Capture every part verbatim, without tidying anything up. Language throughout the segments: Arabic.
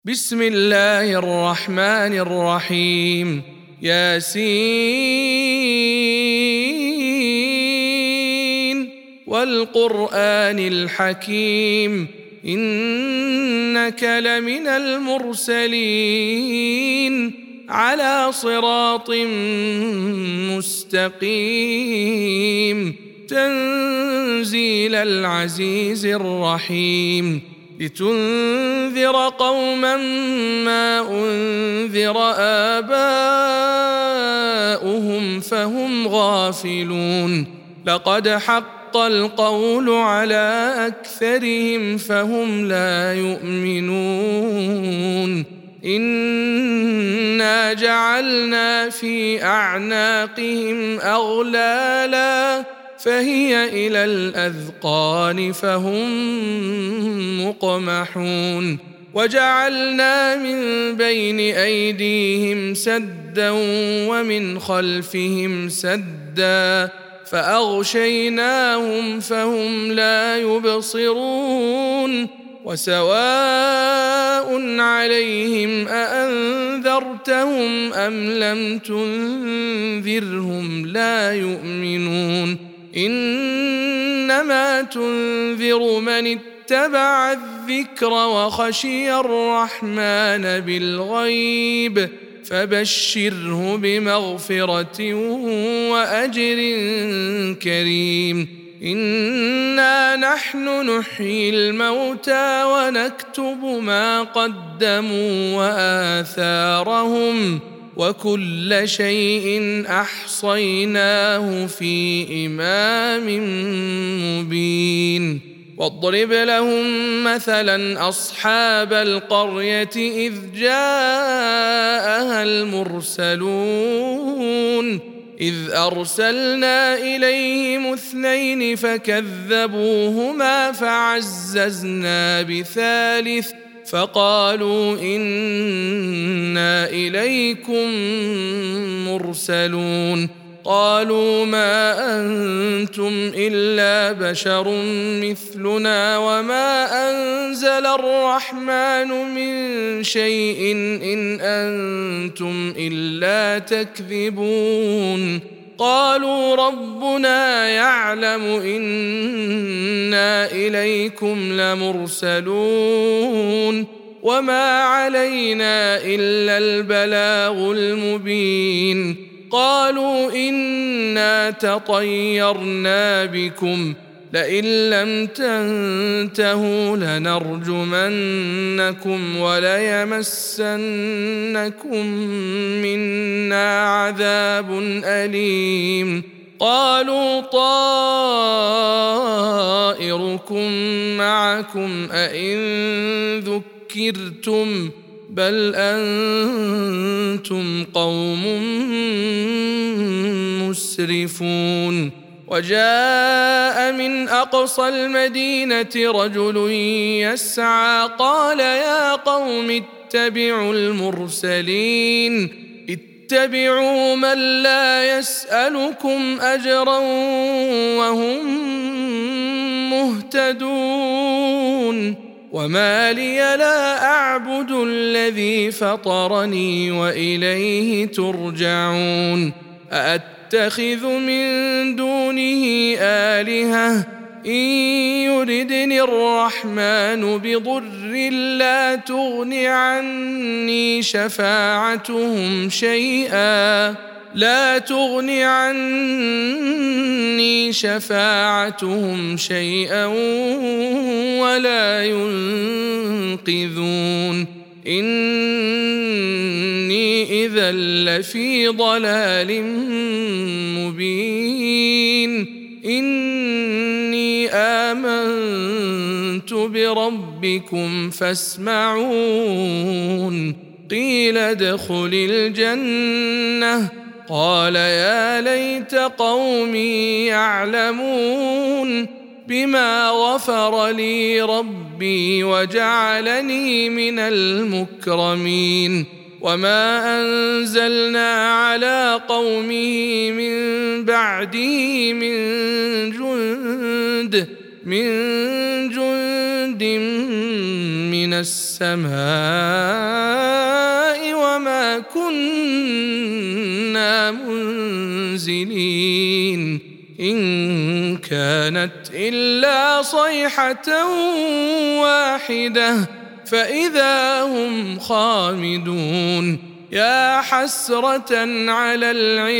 بسم الله الرحمن الرحيم. ياسين والقرآن الحكيم إنك لمن المرسلين على صراط مستقيم تنزيل العزيز الرحيم لتنذر قوما ما أنذر آباؤهم فهم غافلون لقد حق القول على أكثرهم فهم لا يؤمنون إنا جعلنا في أعناقهم أغلالا فهي إلى الأذقان فهم مقمحون وجعلنا من بين أيديهم سدا ومن خلفهم سدا فأغشيناهم فهم لا يبصرون وسواء عليهم أأنذرتهم أم لم تنذرهم لا يؤمنون إنما تنذر من اتبع الذكر وخشي الرحمن بالغيب فبشره بمغفرة وأجر كريم إنا نحن نحيي الموتى ونكتب ما قدموا وآثارهم وكل شيء أحصيناه في إمام مبين واضرب لهم مثلا أصحاب القرية إذ جاءها المرسلون إذ أرسلنا إليهم اثنين فكذبوهما فعززنا بثالث فقالوا إنا إليكم مرسلون قالوا ما أنتم إلا بشر مثلنا وما أنزل الرحمن من شيء إن أنتم إلا تكذبون قالوا ربنا يعلم إنا إليكم لمرسلون وما علينا إلا البلاغ المبين قالوا إنا تطيرنا بكم لئن لم تنتهوا لنرجمنكم وليمسنكم منا عذاب أليم قالوا طائركم معكم أئن ذكرتم بل أنتم قوم مسرفون وجاء من أقصى المدينة رجل يسعى قال يا قوم اتبعوا المرسلين اتبعوا من لا يسألكم أجرا وهم مهتدون وما لي لا أعبد الذي فطرني وإليه ترجعون أأتخذ من دونه آلهة إن يردني الرحمن بضر لا تغن عني شفاعتهم شيئا لا تغن عني شفاعتهم شيئا ولا ينقذون إني إذا لفي ضلال مبين إني آمنت بربكم فاسمعون قيل ادخل الجنة قال يا ليت قومي يعلمون بما غفر لي ربي وجعلني من المكرمين وما أنزلنا على قومه من بعده من جند من جند من السماء وما كنا منزلين إن كانت إلا صيحة واحدة فإذا هم خامدون يا حسرة على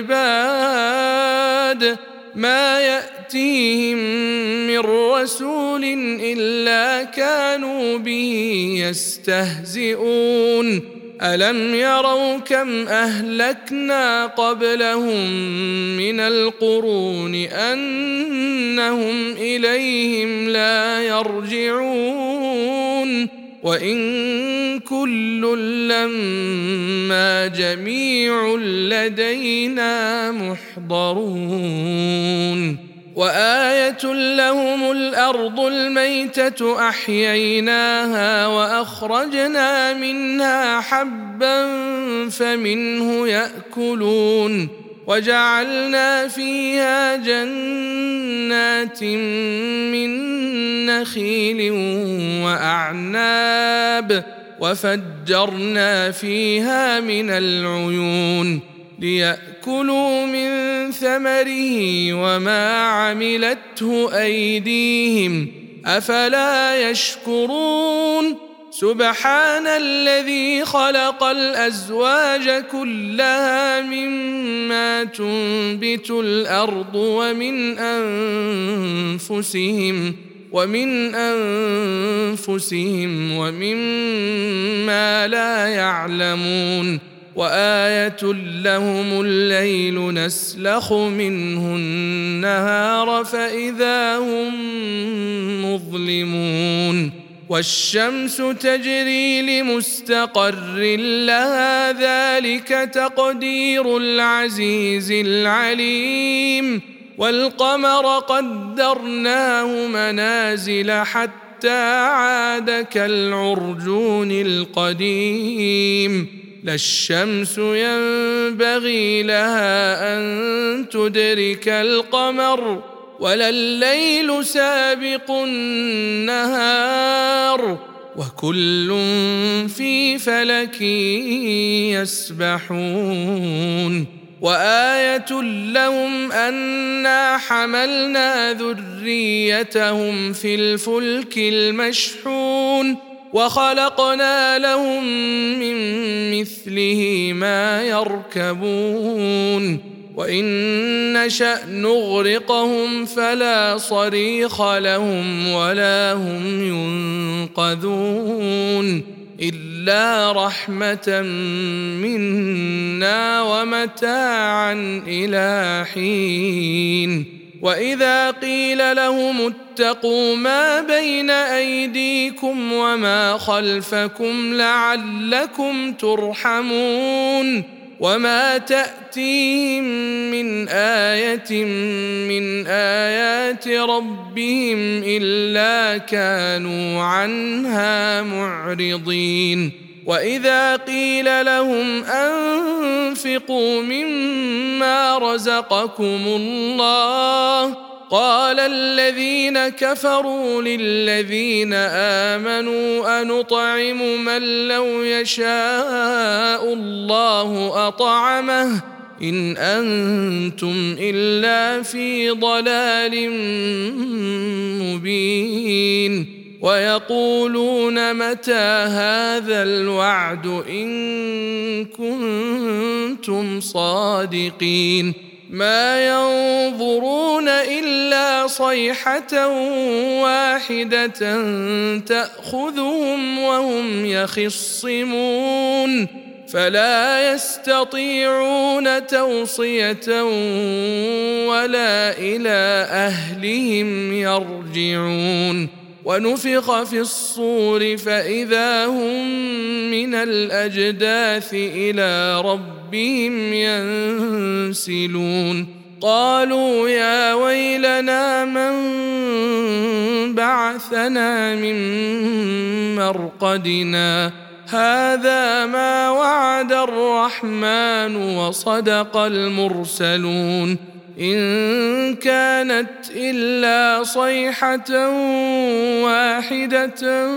العباد ما يأتيهم من رسول إلا كانوا به يستهزئون ألم يروا كم أهلكنا قبلهم من القرون أنهم إليهم لا يرجعون وإن كل لما جميع لدينا محضرون وآية لهم الأرض الميتة أحييناها وأخرجنا منها حبا فمنه يأكلون وجعلنا فيها جنات من نخيل وأعناب وفجرنا فيها من العيون ليأكلوا من ثمره وما عملته أيديهم أفلا يشكرون سبحان الذي خلق الأزواج كلها مما تنبت الأرض ومن أنفسهم ومن أنفسهم ومما لا يعلمون وآية لهم الليل نسلخ منه النهار فإذا هم مظلمون والشمس تجري لمستقر لها ذلك تقدير العزيز العليم والقمر قدرناه منازل حتى عاد كالعرجون القديم لا الشمس ينبغي لها أن تدرك القمر ولا الليل سابق النهار وكل في فلك يسبحون وآية لهم أنا حملنا ذريتهم في الفلك المشحون وخلقنا لهم من مثله ما يركبون وإن نشأ نغرقهم فلا صريخ لهم ولا هم ينقذون إلا رحمة منا ومتاعا إلى حين وإذا قيل لهم اتقوا ما بين أيديكم وما خلفكم لعلكم ترحمون وما تأتيهم من آية من آيات ربهم إلا كانوا عنها معرضين وإذا قيل لهم أنفقوا مما رزقكم الله قال الذين كفروا للذين آمنوا أنطعم من لو يشاء الله أطعمه إن أنتم إلا في ضلال مبين ويقولون متى هذا الوعد إن كنتم صادقين ما ينظرون إلا صيحة واحدة تأخذهم وهم يخصمون فلا يستطيعون توصية ولا إلى أهلهم يرجعون ونفخ في الصور فإذا هم من الأجداث إلى ربهم ينسلون قالوا يا ويلنا من بعثنا من مرقدنا هذا ما وعد الرحمن وصدق المرسلون إن كانت إلا صيحة واحدة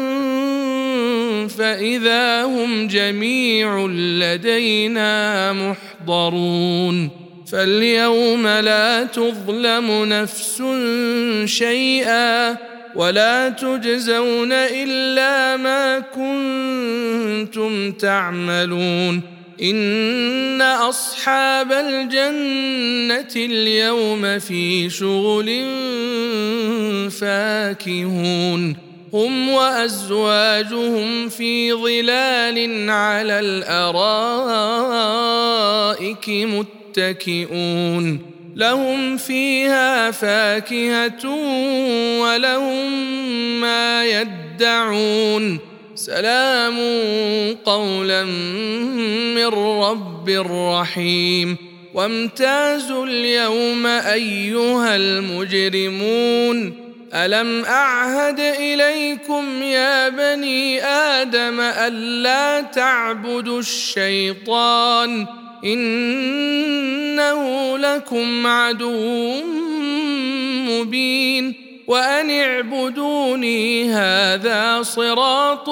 فإذا هم جميع لدينا محضرون فاليوم لا تظلم نفس شيئا ولا تجزون إلا ما كنتم تعملون إن أصحاب الجنة اليوم في شغل فاكهون هم وأزواجهم في ظلال على الأرائك متكئون لهم فيها فاكهة ولهم ما يدعون سلام قولا من رب رحيم وامتازوا اليوم أيها المجرمون ألم أعهد إليكم يا بني آدم ألا تعبدوا الشيطان إنه لكم عدو مبين وأن اعبدوني هذا صراط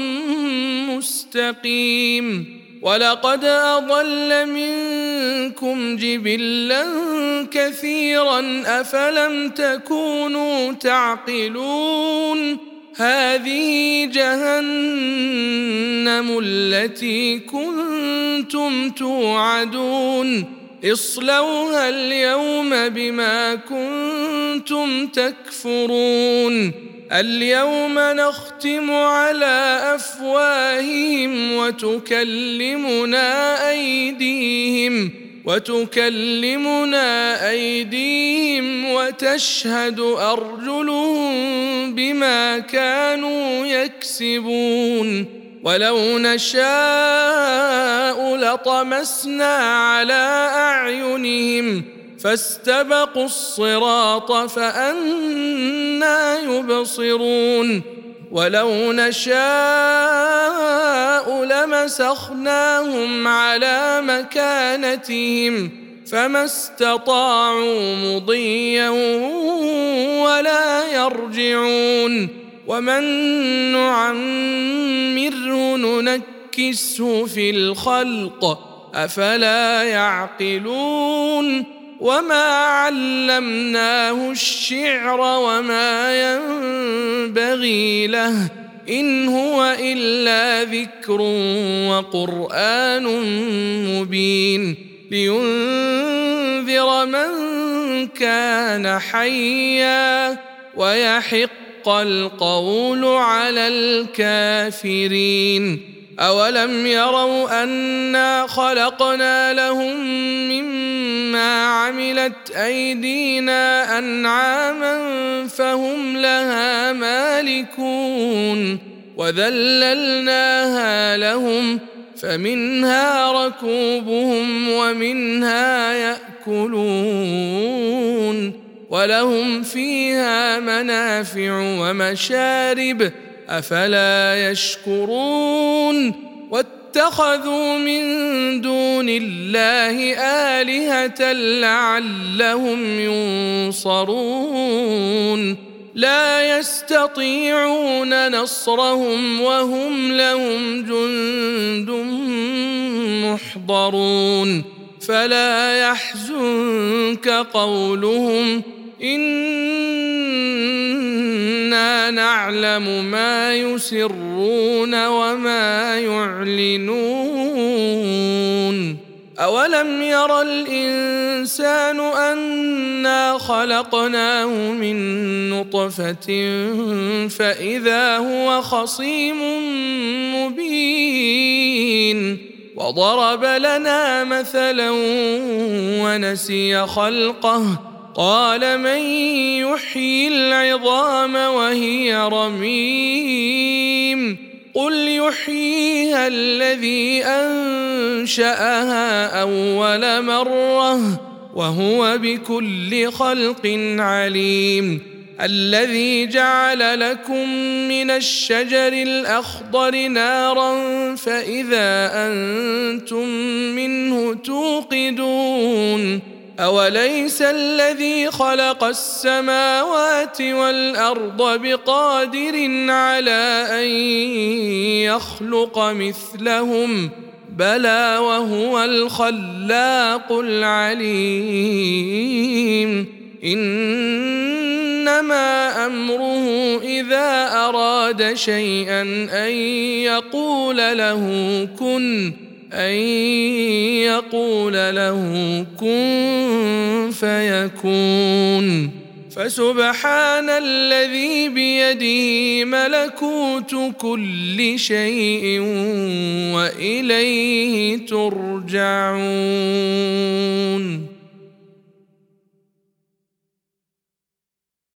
مستقيم ولقد أضل منكم جبلا كثيرا أفلم تكونوا تعقلون هذه جهنم التي كنتم توعدون اصلوها اليوم بما كنتم تكفرون اليوم نختم على أفواههم وتكلمنا أيديهم وتكلمنا أيديهم وتشهد أرجلهم بما كانوا يكسبون ولو نشاء لطمسنا على أعينهم فاستبقوا الصراط فأنى يبصرون ولو نشاء لمسخناهم على مكانتهم فما استطاعوا مضيا ولا يرجعون ومن نعمره ننكسه في الخلق أفلا يعقلون وما علمناه الشعر وما ينبغي له إن هو إلا ذكر وقرآن مبين لينذر من كان حيا ويحق القول على الكافرين أولم يروا أنا خلقنا لهم مما عملت أيدينا أنعاما فهم لها مالكون وذللناها لهم فمنها ركوبهم ومنها يأكلون ولهم فيها منافع ومشارب أفلا يشكرون واتخذوا من دون الله آلهة لعلهم ينصرون لا يستطيعون نصرهم وهم لهم جند محضرون فلا يحزنك قولهم إنا نعلم ما يسرون وما يعلنون أولم ير الإنسان أنا خلقناه من نطفة فإذا هو خصيم مبين وضرب لنا مثلا ونسي خلقه قال من يحيي العظام وهي رميم قل يحييها الذي أنشأها أول مرة وهو بكل خلق عليم الذي جعل لكم من الشجر الأخضر نارا فإذا أنتم منه توقدون أوليس الذي خلق السماوات والأرض بقادر على أن يخلق مثلهم بلى وهو الخلاق العليم إنما أمره إذا أراد شيئا أن يقول له كن أن يقول له كن فيكون فسبحان الذي بيده ملكوت كل شيء وإليه ترجعون.